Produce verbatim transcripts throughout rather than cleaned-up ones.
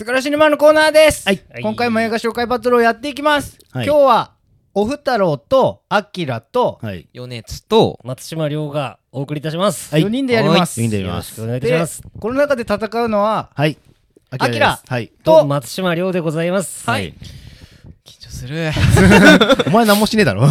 すがらシネマのコーナーです、 はい、 今回も映画紹介バトルをやっていきます、 はい、 今日はおふたろうとあきらと米津と松島亮がお送りいたします、 はい、よにんでやります。 よにんでやります。 よろしくお願いいたします。 この中で戦うのははいあきらと松島亮でございます。 はい、 緊張するお前何もしねえだろ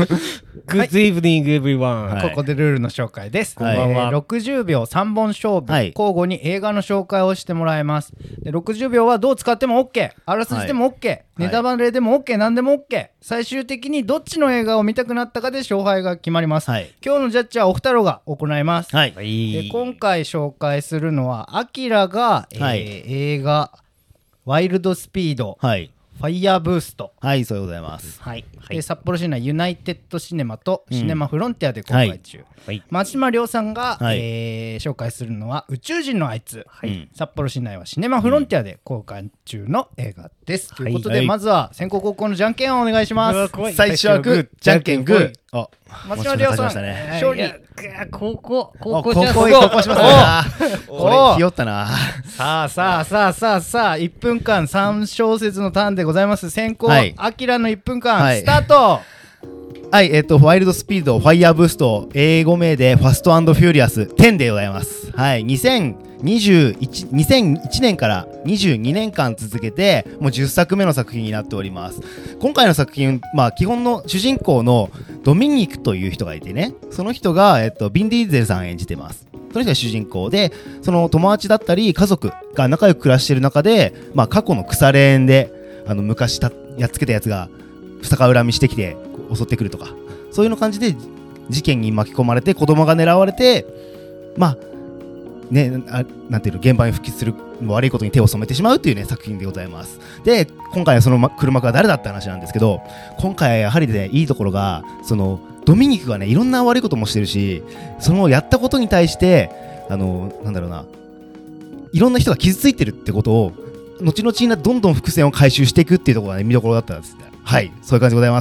Good evening everyone、 はい、ここでルールの紹介です、 はい、こんばんは。 ろくじゅうびょうさんぼん勝負、はい、交互に映画の紹介をしてもらいます。でろくじゅうびょうはどう使っても OK、 あらすじでも OK、はい、ネタバレでも OK、 何でも OK、 最終的にどっちの映画を見たくなったかで勝敗が決まります、はい、今日のジャッジはおふたろうが行います、はい、で今回紹介するのはアキラが、はい、えー、映画ワイルドスピード、はい、ファイヤーブースト、 はい、そうでございます、 はいはい、で札幌市内ユナイテッドシネマとシネマフロンティアで公開中、うんはい、松島亮さんが、はい、えー、紹介するのは宇宙人のあいつ、はい、札幌市内はシネマフロンティアで公開中の映画です、うん、ということで、はい、まずは先攻後攻のじゃんけんをお願いします。 最初はグー、じゃんけんグー。あ、 松島亮さん、 ね、 勝利。 高校高校じゃ高校高校しますね。これひよったな。 さあさあさあさあさあいっぷんかんさん小節のターンでございます。先攻あきらのいっぷんかん、はい、スタート。 はい、えっとワイルドスピードファイヤーブースト、英語名でファスト&フューリアスじゅうでございます。はい、にせんにじゅういち、にせんいちねんからにじゅうにねんかん続けてもうじゅっさくめの作品になっております。今回の作品、まあ基本の主人公のドミニクという人がいてね、その人が、えっと、ビン・ディーゼルさん演じてます。その人が主人公で、その友達だったり家族が仲良く暮らしている中で、まあ過去の腐れ縁であの昔たやっつけたやつが逆恨みしてきて襲ってくるとか、そういうの感じで事件に巻き込まれて子供が狙われて、まあね、あなんていうの、現場に復帰する悪いことに手を染めてしまうというね作品でございます。で今回はその黒幕は誰だって話なんですけど、今回はやはりねいいところが、そのドミニクがねいろんな悪いこともしてるし、そのやったことに対してあのなんだろうな、いろんな人が傷ついてるってことを後々になってどんどん伏線を回収していくっていうところがね見どころだったんですね。はい、そういう感じでございます。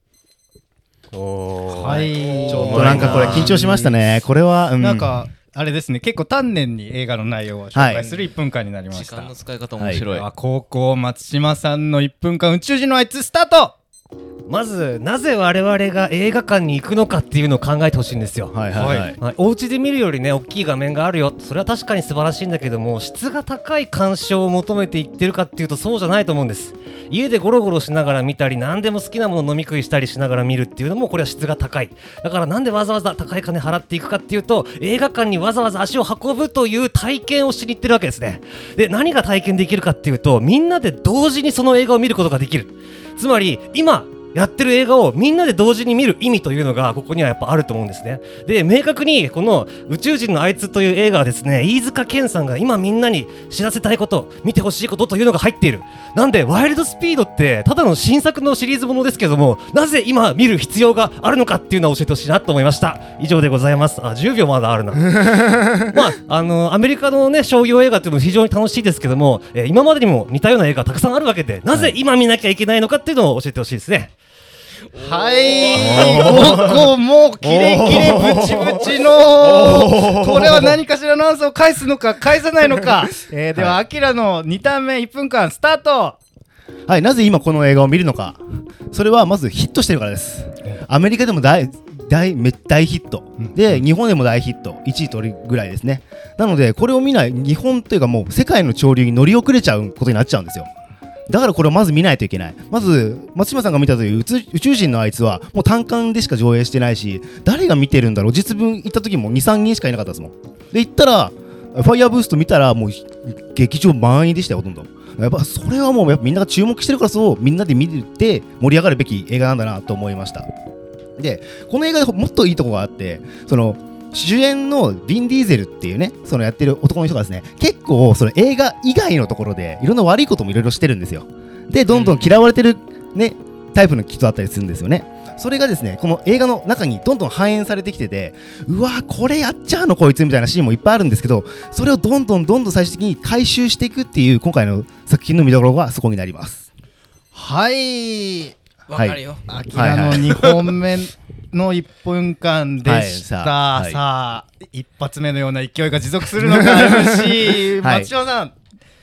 おー、はい、 ちょっとなんかこれ緊張しましたね。これは、うん、 なんかあれですね、結構丹念に映画の内容を紹介するいっぷんかんになりました。 時間の使い方面白い。 はい、高校松島さんのいっぷんかん宇宙人のあいつスタート。 まずなぜ我々が映画館に行くのかっていうのを考えてほしいんですよ。 はいはいはい、 はい、お家で見るよりね大きい画面があるよ、それは確かに素晴らしいんだけども、質が高い鑑賞を求めていってるかっていうとそうじゃないと思うんです。家でゴロゴロしながら見たり、何でも好きなもの飲み食いしたりしながら見るっていうのもこれは質が高い。だからなんでわざわざ高い金払っていくかっていうと、映画館にわざわざ足を運ぶという体験をしに行ってるわけですね。で何が体験できるかっていうと、みんなで同時にその映画を見ることができる。つまり今やってる映画をみんなで同時に見る意味というのがここにはやっぱあると思うんですね。で明確にこの宇宙人のあいつという映画はですね、飯塚健さんが今みんなに知らせたいこと、見てほしいことというのが入っている。なんでワイルドスピードってただの新作のシリーズものですけども、なぜ今見る必要があるのかっていうのを教えてほしいなと思いました。以上でございます。あ、じゅうびょうまだあるなまああのアメリカのね商業映画っていうのも非常に楽しいですけども、えー、今までにも似たような映画たくさんあるわけで、なぜ今見なきゃいけないのかっていうのを教えてほしいですね。 はい、ここもうキレキレブチブチのこれは何かしらのアンサーを返すのか返さないのか、えー、ではアキラのにターンめいっぷんかんスタート。 はい、なぜ今この映画を見るのか、それはまずヒットしてるからです。アメリカでも大大大ヒットで、日本でも大ヒット、いちい取るぐらいですね。なのでこれを見ない日本というかもう世界の潮流に乗り遅れちゃうことになっちゃうんですよ。だからこれをまず見ないといけない。まず松島さんが見たという宇宙人のあいつはもう単館でしか上映してないし、誰が見てるんだろう。実分行った時も にさんにんしかいなかったですもん。で行ったらファイヤーブースト見たらもう劇場満員でしたよ、ほとんど。やっぱそれはもうやっぱみんなが注目してるから、そうみんなで見て盛り上がるべき映画なんだなと思いました。でこの映画でもっといいところがあって、その主演のビン・ディーゼルっていうね、そのやってる男の人がですね、結構その映画以外のところでいろんな悪いこともいろいろしてるんですよ。でどんどん嫌われてるねタイプの人だったりするんですよね。それがですねこの映画の中にどんどん反映されてきてて、うわこれやっちゃうのこいつみたいなシーンもいっぱいあるんですけど、それをどんどんどんどん最終的に回収していくっていう今回の作品の見どころがそこになります。 はい、 わかるよ。 アキラのにほんめのいっぷんかんでした。 はい、さあ、 さあ一発目のような勢いが持続するのかエムシー、はい、松島さん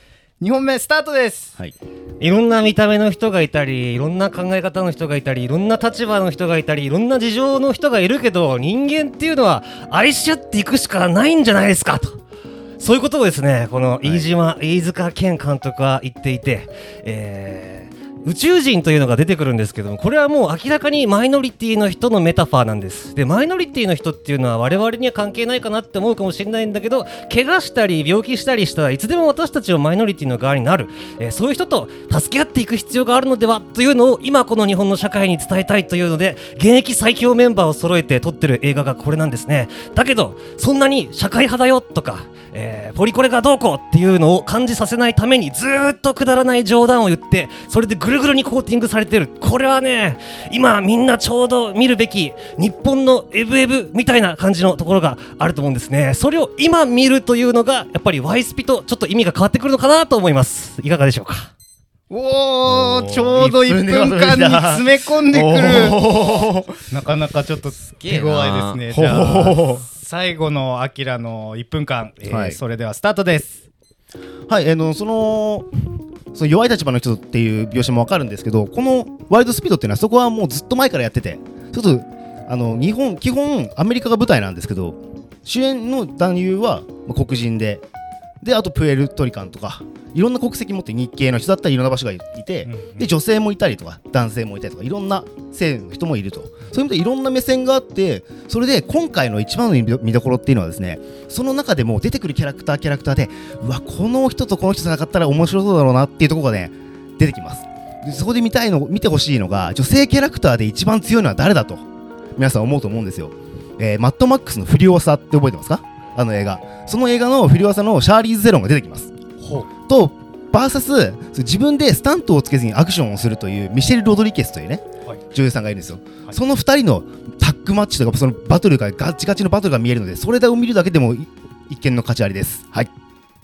にほんめスタートです。 はい、 いろんな見た目の人がいたり、いろんな考え方の人がいたり、いろんな立場の人がいたり、いろんな事情の人がいるけど、人間っていうのは愛し合っていくしかないんじゃないですかと、そういうことをですね、この飯島、はい、飯塚健監督は言っていて、えー宇宙人というのが出てくるんですけども、これはもう明らかにマイノリティの人のメタファーなんです。で、マイノリティの人っていうのは我々には関係ないかなって思うかもしれないんだけど、怪我したり病気したりしたらいつでも私たちはマイノリティの側になる、えー、そういう人と助け合っていく必要があるのではというのを今この日本の社会に伝えたいというので、現役最強メンバーを揃えて撮ってる映画がこれなんですね。だけどそんなに社会派だよとか、えー、ポリコレがどうこうっていうのを感じさせないためにずーっとくだらない冗談を言って、それでぐるぐるにコーティングされてる。これはね、今みんなちょうど見るべき日本のエブエブみたいな感じのところがあると思うんですね。それを今見るというのがやっぱりワイスピとちょっと意味が変わってくるのかなと思います。いかがでしょうか。 おー、ちょうどいっぷんかんに詰め込んでくる。なかなかちょっと手強いですね。じゃあ最後のアキラのいっぷんかん、えーはい、それではスタートです。 はい、あのそのその弱い立場の人っていう描写も分かるんですけど、このワイルドスピードっていうのはそこはもうずっと前からやってて、ちょっとあの日本基本アメリカが舞台なんですけど、主演の男優は黒人で、であとプエルトリカンとかいろんな国籍持って日系の人だったりいろんな場所がいて、うんうん、で女性もいたりとか男性もいたりとかいろんな性の人もいると、そういう意味でいろんな目線があって、それで今回の一番の見どころっていうのはですね、その中でも出てくるキャラクターキャラクターで、うわこの人とこの人戦ったら面白そうだろうなっていうところがね出てきます。でそこで見たいの見てほしいのが、女性キャラクターで一番強いのは誰だと皆さん思うと思うんですよ。えー、マッドマックスのフリオサって覚えてますか？あの映画、その映画のフリオサのシャーリーズ・ゼロンが出てきます。ほうとバーサス自分でスタントをつけずにアクションをするというミシェル・ロドリゲスというね、はい、女優さんがいるんですよ。はい、そのふたりのタッグマッチとかそのバトルがガチガチのバトルが見えるので、それを見るだけでも一見の価値ありです。はい。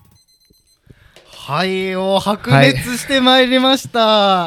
はいを白熱してまいりました。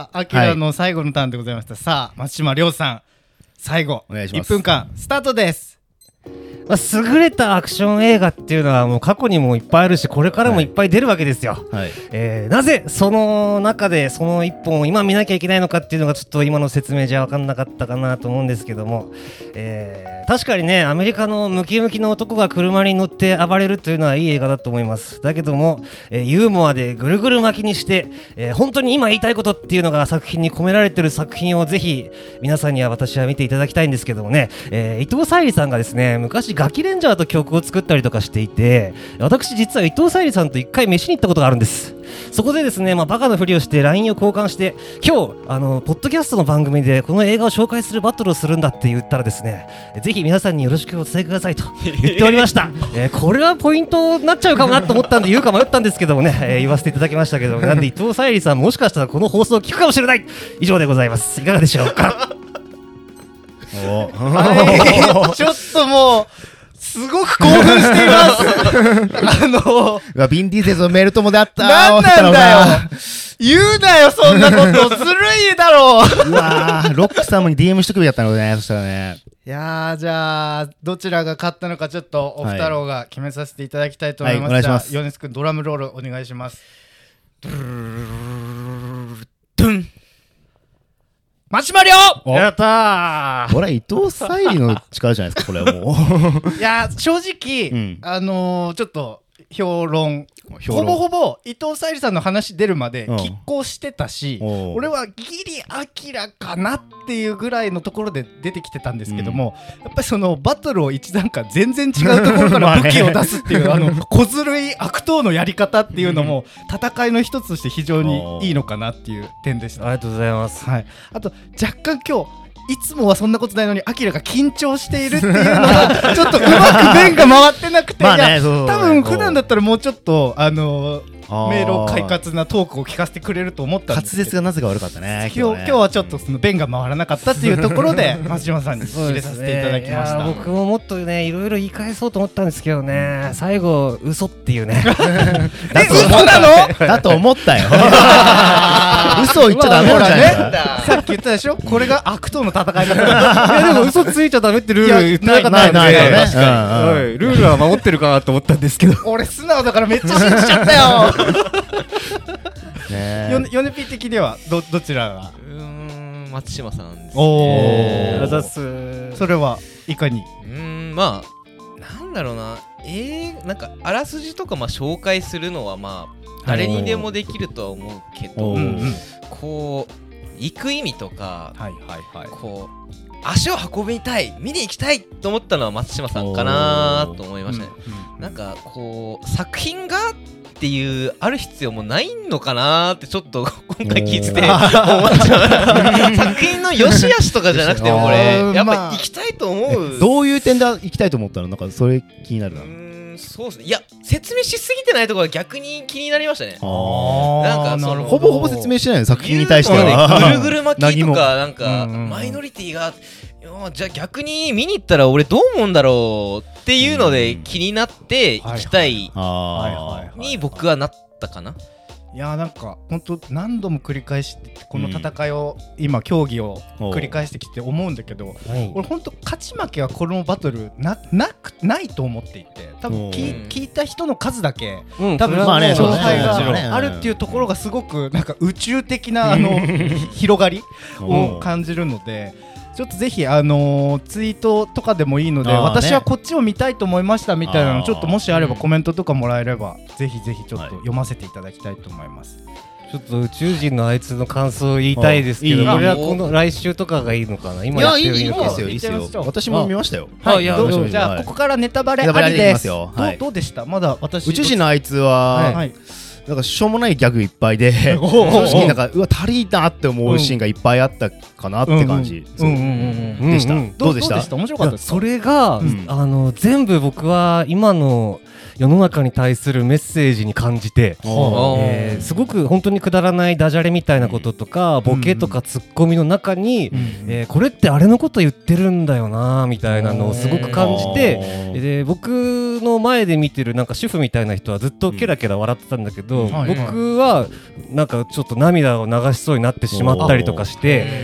アキラの最後のターンでございました。はい、さあ松島亮さん、最後お願いします。いっぷんかんスタートです。 まあ、優れたアクション映画っていうのはもう過去にもいっぱいあるし、これからもいっぱい出るわけですよ。はい、えー、なぜその中でその一本を今見なきゃいけないのかっていうのがちょっと今の説明じゃ分かんなかったかなと思うんですけども、えー、確かにねアメリカのムキムキの男が車に乗って暴れるというのはいい映画だと思います。だけども、えー、ユーモアでぐるぐる巻きにして、えー、本当に今言いたいことっていうのが作品に込められてる作品をぜひ皆さんには私は見ていただきたいんですけどもね、えー、伊藤沙莉さんがですね昔ガキレンジャーと曲を作ったりとかしていて、私実は伊藤沙莉さんと一回飯に行ったことがあるんです。そこでですね、まあ、バカのふりをして ライン を交換して、今日あのポッドキャストの番組でこの映画を紹介するバトルをするんだって言ったらですね、ぜひ皆さんによろしくお伝えくださいと言っておりました。えー、これはポイントになっちゃうかもなと思ったんで言うか迷ったんですけどもね、えー、言わせていただきましたけども、なんで伊藤沙莉さんもしかしたらこの放送を聞くかもしれない。以上でございます。いかがでしょうか。 おはい、ちょっともうすごく興奮していますあのー、ビンディーゼルのメール友であったなんなんだよ言うなよそんなことずるいだろううわーロックさんに ディーエム しとくべきだったのね。そしたらね、 いやーじゃあどちらが勝ったのかちょっとお二郎が決めさせていただきたいと思います。はい、 じゃあ米津くんドラムロールお願いします。ドゥルルルルルドゥン松島亮やったー。 これは伊藤沙莉の力じゃないですかこれはもういや正直、うん、あのー、ちょっと評論ほぼほぼ伊藤沙莉さんの話出るまで拮抗してたし、うん、俺はギリアキラかなっていうぐらいのところで出てきてたんですけども、うん、やっぱりそのバトルを一段階全然違うところから武器を出すっていうあの小ずるい悪党のやり方っていうのも戦いの一つとして非常にいいのかなっていう点でした。 ありがとうございます。 はい、あと若干今日いつもはそんなことないのにアキラが緊張しているっていうのがちょっとうまく弁が回ってなくて、まあね、いや多分普段だったらもうちょっとあのー明朗快活なトークを聞かせてくれると思ったんですけど、 滑舌がなぜか悪かったね。 今日、今日はちょっとその弁が回らなかったっていうところで松島さんに入れさせていただきました。 ね、僕ももっとねいろいろ言い返そうと思ったんですけどね、最後嘘っていうねえ嘘なのだと思ったよ嘘言っちゃダメなんじゃないか、 さっき言ったでしょこれが悪党の戦いだいやでも嘘ついちゃダメってルール言ってなかったんで、 ないないない、 確かに、ルールは守ってるかなと思ったんですけど俺素直だからめっちゃ信じちゃったよねヨネヨネピー的にはどどちらが？ うーん松島さんですね。 おあざっす。 それはいかに？ うーんまあなんだろうな、えー、なんかあらすじとかまあ紹介するのはまあ誰にでもできるとは思うけど、 おーうんうんこう行く意味とか、 はいはいはい。 こう足を運びたい、見に行きたいと思ったのは松島さんかなと思いましたね。なんかこう作品がっていうある必要もないのかなってちょっと今回聞いてて思っちゃう。作品の良し悪しとかじゃなくてもこれうんやっぱまあ行きたいと思う。 どういう点で行きたいと思ったの？なんかそれ気になるな。 うーんそうですね。いや説明しすぎてないところが逆に気になりましたね。 あなんかそのほぼほぼ説明してないの、作品に対して言うのは。 ね、ぐるぐる巻き何もとかなんかうんうんうんマイノリティがいやじゃあ逆に見に行ったら俺どう思うんだろうっていうので気になって行きたいあーに僕はなったかな。 いやなんか本当何度も繰り返してこの戦いを、うん、今競技を繰り返してきて思うんだけど、 はい、 俺本当勝ち負けはこのバトル な, なくないと思っていて、多分聞, 聞いた人の数だけ、うん、多分まあね勝敗そうねがあるっていうところがすごくなんか宇宙的なあの広がりを感じるので。ちょっとぜひ、あのー、ツイートとかでもいいので、 ね、 私はこっちを見たいと思いましたみたいなのちょっともしあればコメントとかもらえればぜひぜひちょっと読ませていただきたいと思います、 はい、ちょっと宇宙人のあいつの感想を言いたいですけど、これはこの来週とかがいいのかな。今やってるいやいいのかですよいいですよ。私も見ましたよ。 はい、 いやどうぞじゃあここからネタバレありです。どうどうでした？まだ私宇宙人のあいつは、はい、なんかしょうもないギャグいっぱいで正直なんかうわ足りなって思うシーンがいっぱいあったかなって感じでした。どうでした？ 面白かったですか？ それが、うん、あの全部僕は今の世の中に対するメッセージに感じて、えー、すごく本当にくだらないダジャレみたいなこととか、うん、ボケとかツッコミの中に、うんえー、これってあれのこと言ってるんだよなみたいなのをすごく感じて、で僕の前で見てるなんか主婦みたいな人はずっとケラケラ笑ってたんだけど、うん、僕はなんかちょっと涙を流しそうになってしまったりとかして、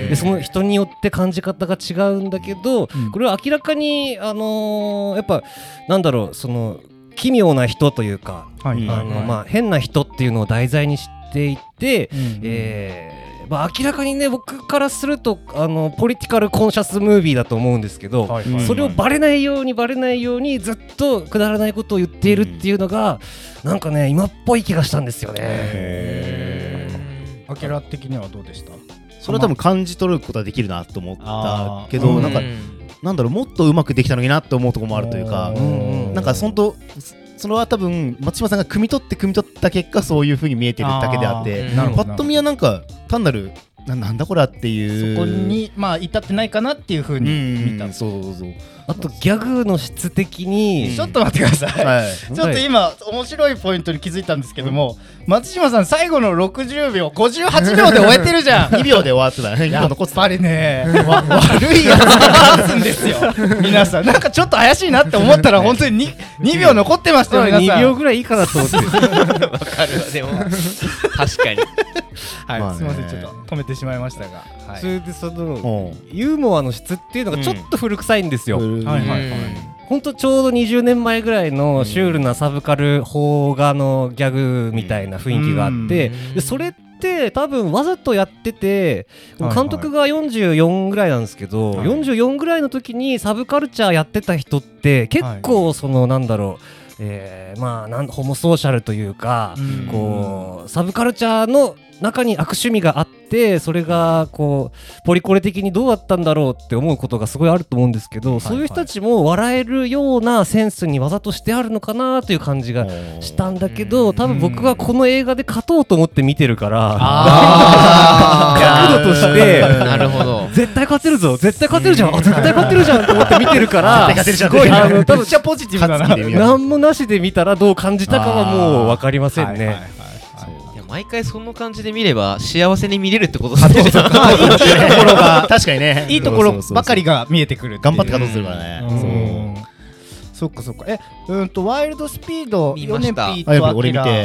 でその人によって感じ方が違うんだけど、うん、これは明らかにあのー、やっぱなんだろうその奇妙な人というか、はいあのまあ、変な人っていうのを題材にしていて、うんえーまあ、明らかにね僕からするとあのポリティカルコンシャスムービーだと思うんですけど、はいはいはい、それをバレないようにバレないようにずっとくだらないことを言っているっていうのが、うん、なんかね今っぽい気がしたんですよね。 へー。アキラ的にはどうでした？ それは多分感じ取ることはできるなと思ったけど、なんかなんだろうもっとうまくできたのになって思うところもあるというか、なんか本当それは多分松島さんが汲み取って汲み取った結果そういう風に見えてるだけであって、パッと見はなんか単なる な, なんだこれっていうそこにまあ至ってないかなっていう風に見た、うん、 そうそうそう。 あとギャグの質的に、 うん、ちょっと待ってください、はい、ちょっと今面白いポイントに気づいたんですけども、うん、松島さん最後のろくじゅうびょうごじゅうはちびょうで終えてるじゃん。にびょうで終わってたね。やっぱりねわ悪いやつがすんですよ皆さん。なんかちょっと怪しいなって思ったら本当に に, にびょう残ってましたよ皆さん。 にびょうぐらいいいかなと思ってわかるわでも確かにはい、まあ、すみませんちょっと止めてしまいましたが、はい、 それでそのユーモアの質っていうのがちょっと古臭いんですよ、うんはいはいはい、ほんとちょうどにじゅうねんまえぐらいのシュールなサブカル邦画のギャグみたいな雰囲気があって、うん、でそれって多分わざとやってて監督がよんじゅうよんぐらいなんですけど、はいはい、よんじゅうよんぐらいの時にサブカルチャーやってた人って結構そのなんだろうえー、まあなんホモソーシャルというか、うん、こうサブカルチャーの中に悪趣味があってそれがこうポリコレ的にどうだったんだろうって思うことがすごいあると思うんですけど、はいはい、そういう人たちも笑えるようなセンスにわざとしてあるのかなという感じがしたんだけど、多分僕はこの映画で勝とうと思って見てるから角度としてなるほど絶対勝てるぞ絶対勝てるじゃんあ絶対勝てるじゃんと思って見てるからすごいあの多分めっちゃポジティブだな何もなしで見たらどう感じたかはもう分かりませんね。はいはいはい毎回その感じで見れば幸せに見れるってことですね。いいところが確かにねいいところばかりが見えてくる。 頑張って稼働するからね。 そっかそっか。えうんとワイルドスピード見ました。 ヨネピーとアキラ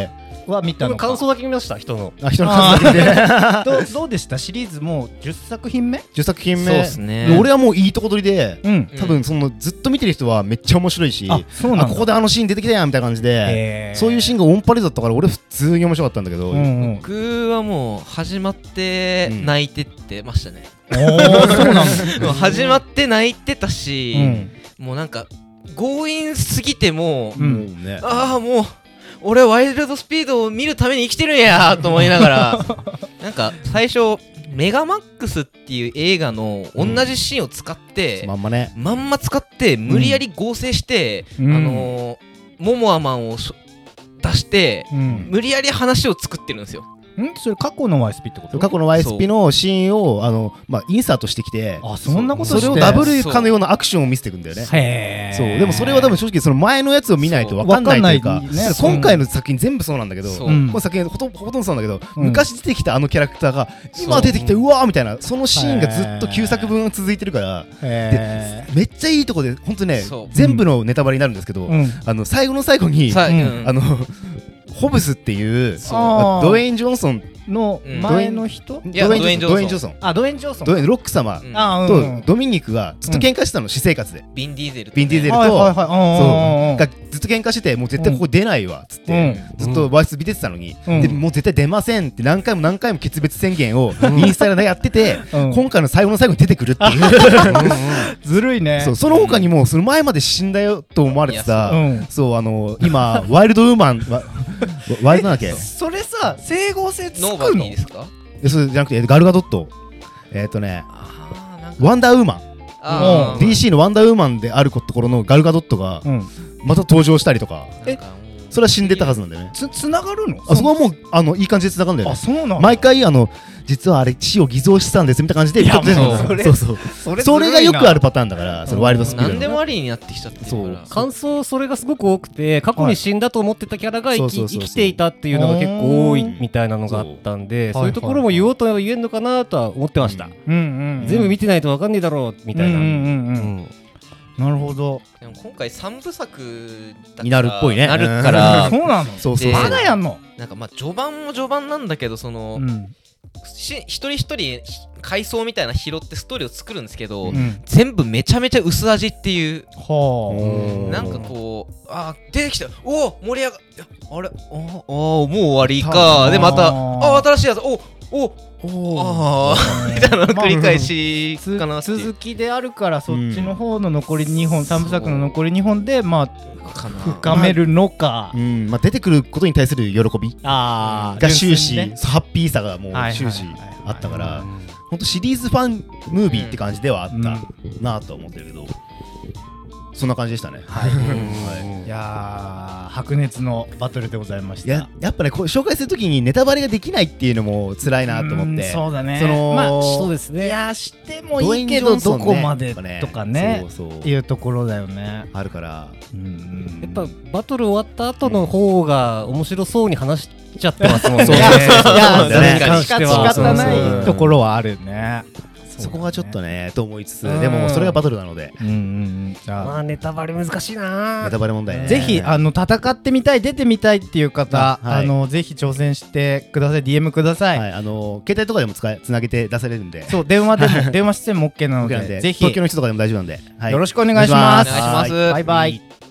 は見たのか。 感想だけ見ました、人の。 あ、人の感想でどうどうでしたシリーズもうじゅっさく品目じゅっさく品目。 そうですね。 で俺はもういいとこ取りで、 うん多分そのずっと見てる人はめっちゃ面白いし、 あそうなんだあここであのシーン出てきたやんみたいな感じで、 へーそういうシーンがオンパレードだったから俺普通に面白かったんだけど、 うんうん僕はもう始まって泣いてってましたね。 おーそうなんだもう始まって泣いてたし、 うんもうなんか強引すぎてもう、 うんもうね、 ああもう俺ワイルドスピードを見るために生きてるんやと思いながらなんか最初メガマックスっていう映画の同じシーンを使って、 まんまね、 まんま使って無理やり合成して、 うんあのー、モモアマンをしょ出して、 うん無理やり話を作ってるんですよ。 んそれ過去の ワイエスピー ってこと過去の ワイエスピー のシーンをあの、まあ、インサートしてきて、 あそんなことしてそれをダブルかのようなアクションを見せていくんだよね。 へーそうでもそれは多分正直その前のやつを見ないと分かんないというか、 わかんないね今回の作品全部そうなんだけど、 そううんこの作品ほとんどほとんどそうなんだけど、 うん昔出てきたあのキャラクターが今出てきて、うわーみたいなそのシーンがずっときゅうさくぶん続いてるからへめっちゃいいとこで本当ねそう全部のネタバレになるんですけど、 ーうんあの最後の最後にさあ、 うんうんあのホブスっていうそうあードウェイン・ジョンソンの前の人いやドウェイン・ドウェインドウェインジョンソンあドウェイン・ジョンソンドウェインロック様うんあとドミニクがずっと喧嘩してたの、私生活でビン・ディーゼルとね、 ビン・ディーゼルと、 はいはいはいそうあーがずっと喧嘩しててもう絶対ここ出ないわっつって、ずっとワイスビ出てたのに、 うんでもう絶対出ませんって何回も何回も決別宣言をインスタでやってて、 うん今回の最後の最後に出てくるっていうずるいねそうその他にもその前まで死んだよと思われてさ、 うんそうあの今ワイルドウーマンワワイルドなんだっけそれさ整合性つくノーバデのィですか？ でそれじゃなくてガルガドットえっ、ー、とねあーなんかワンダーウーマンあーディーシー のワンダーウーマンであるところのガルガドットがうんまた登場したりとか、 なんかそれは死んでたはずなんだよね。 つつながるのあそこはもうあのいい感じで繋がるんだよね。 あそうなの毎回あの実はあれ死を偽造してたんですみたいな感じでいやちょっと出てくるもうそうそうそうそれそれがよくあるパタターンだからそのワイルドスピードの何でもありになってきちゃってるから感想それがすごく多くて過去に死んだと思ってたキャラが生き,、 そうそうそうそう生きていたっていうのが結構多いみたいなのがあったんでそうそういうところも言おうとは言えんのかなとは思ってました、 うんうん全部見てないと分かんねえだろうみたいな、 うんうんうんうんうんなるほどでも今回三部作だになるっぽいねなるからそうなのそうそうでまだやんのなんかまあ序盤も序盤なんだけどその、 うんし一人一人ひ階層みたいな拾ってストーリーを作るんですけど、 うん全部めちゃめちゃ薄味っていうはなんかこうあー出てきたおお盛り上がいやあれあーあーもう終わりかでまたあ新しいやつおおああみたいなの繰り返しつかなっていう続きであるからそっちの方の残りにほん三部作の残りにほんでまあかな深めるのかうんまあ出てくることに対する喜びあが終始純粋にねハッピーさがもうはいはいはい終始あったから本当シリーズファンムービーって感じではあったなとは思ってるけどそんな感じでしたね。 はいはいいやー白熱のバトルでございましたいややっぱねこう紹介するときにネタバレができないっていうのも辛いなと思っうんてそうだねそのまあそうですねいやしてもいいけどどこまでとかねそうそういうところだよねあるからやっぱバトル終わった後の方が面白そうに話しちゃってますもんね。 そういやいやそうだねそれに関しては仕方ないところはあるねそこがちょっとねと思いつつうんでもそれがバトルなのでうんうんうんじゃあまあネタバレ難しいなネタバレ問題ねぜひあの戦ってみたい出てみたいっていう方あはいあのぜひ挑戦してください ディーエム くださいはいあの携帯とかでも使えつなげて出されるんでそう電話でも電話出演も OK なの僕なんででぜひ東京の人とかでも大丈夫なんではいよろしくお願いしますお願いしますバイバイ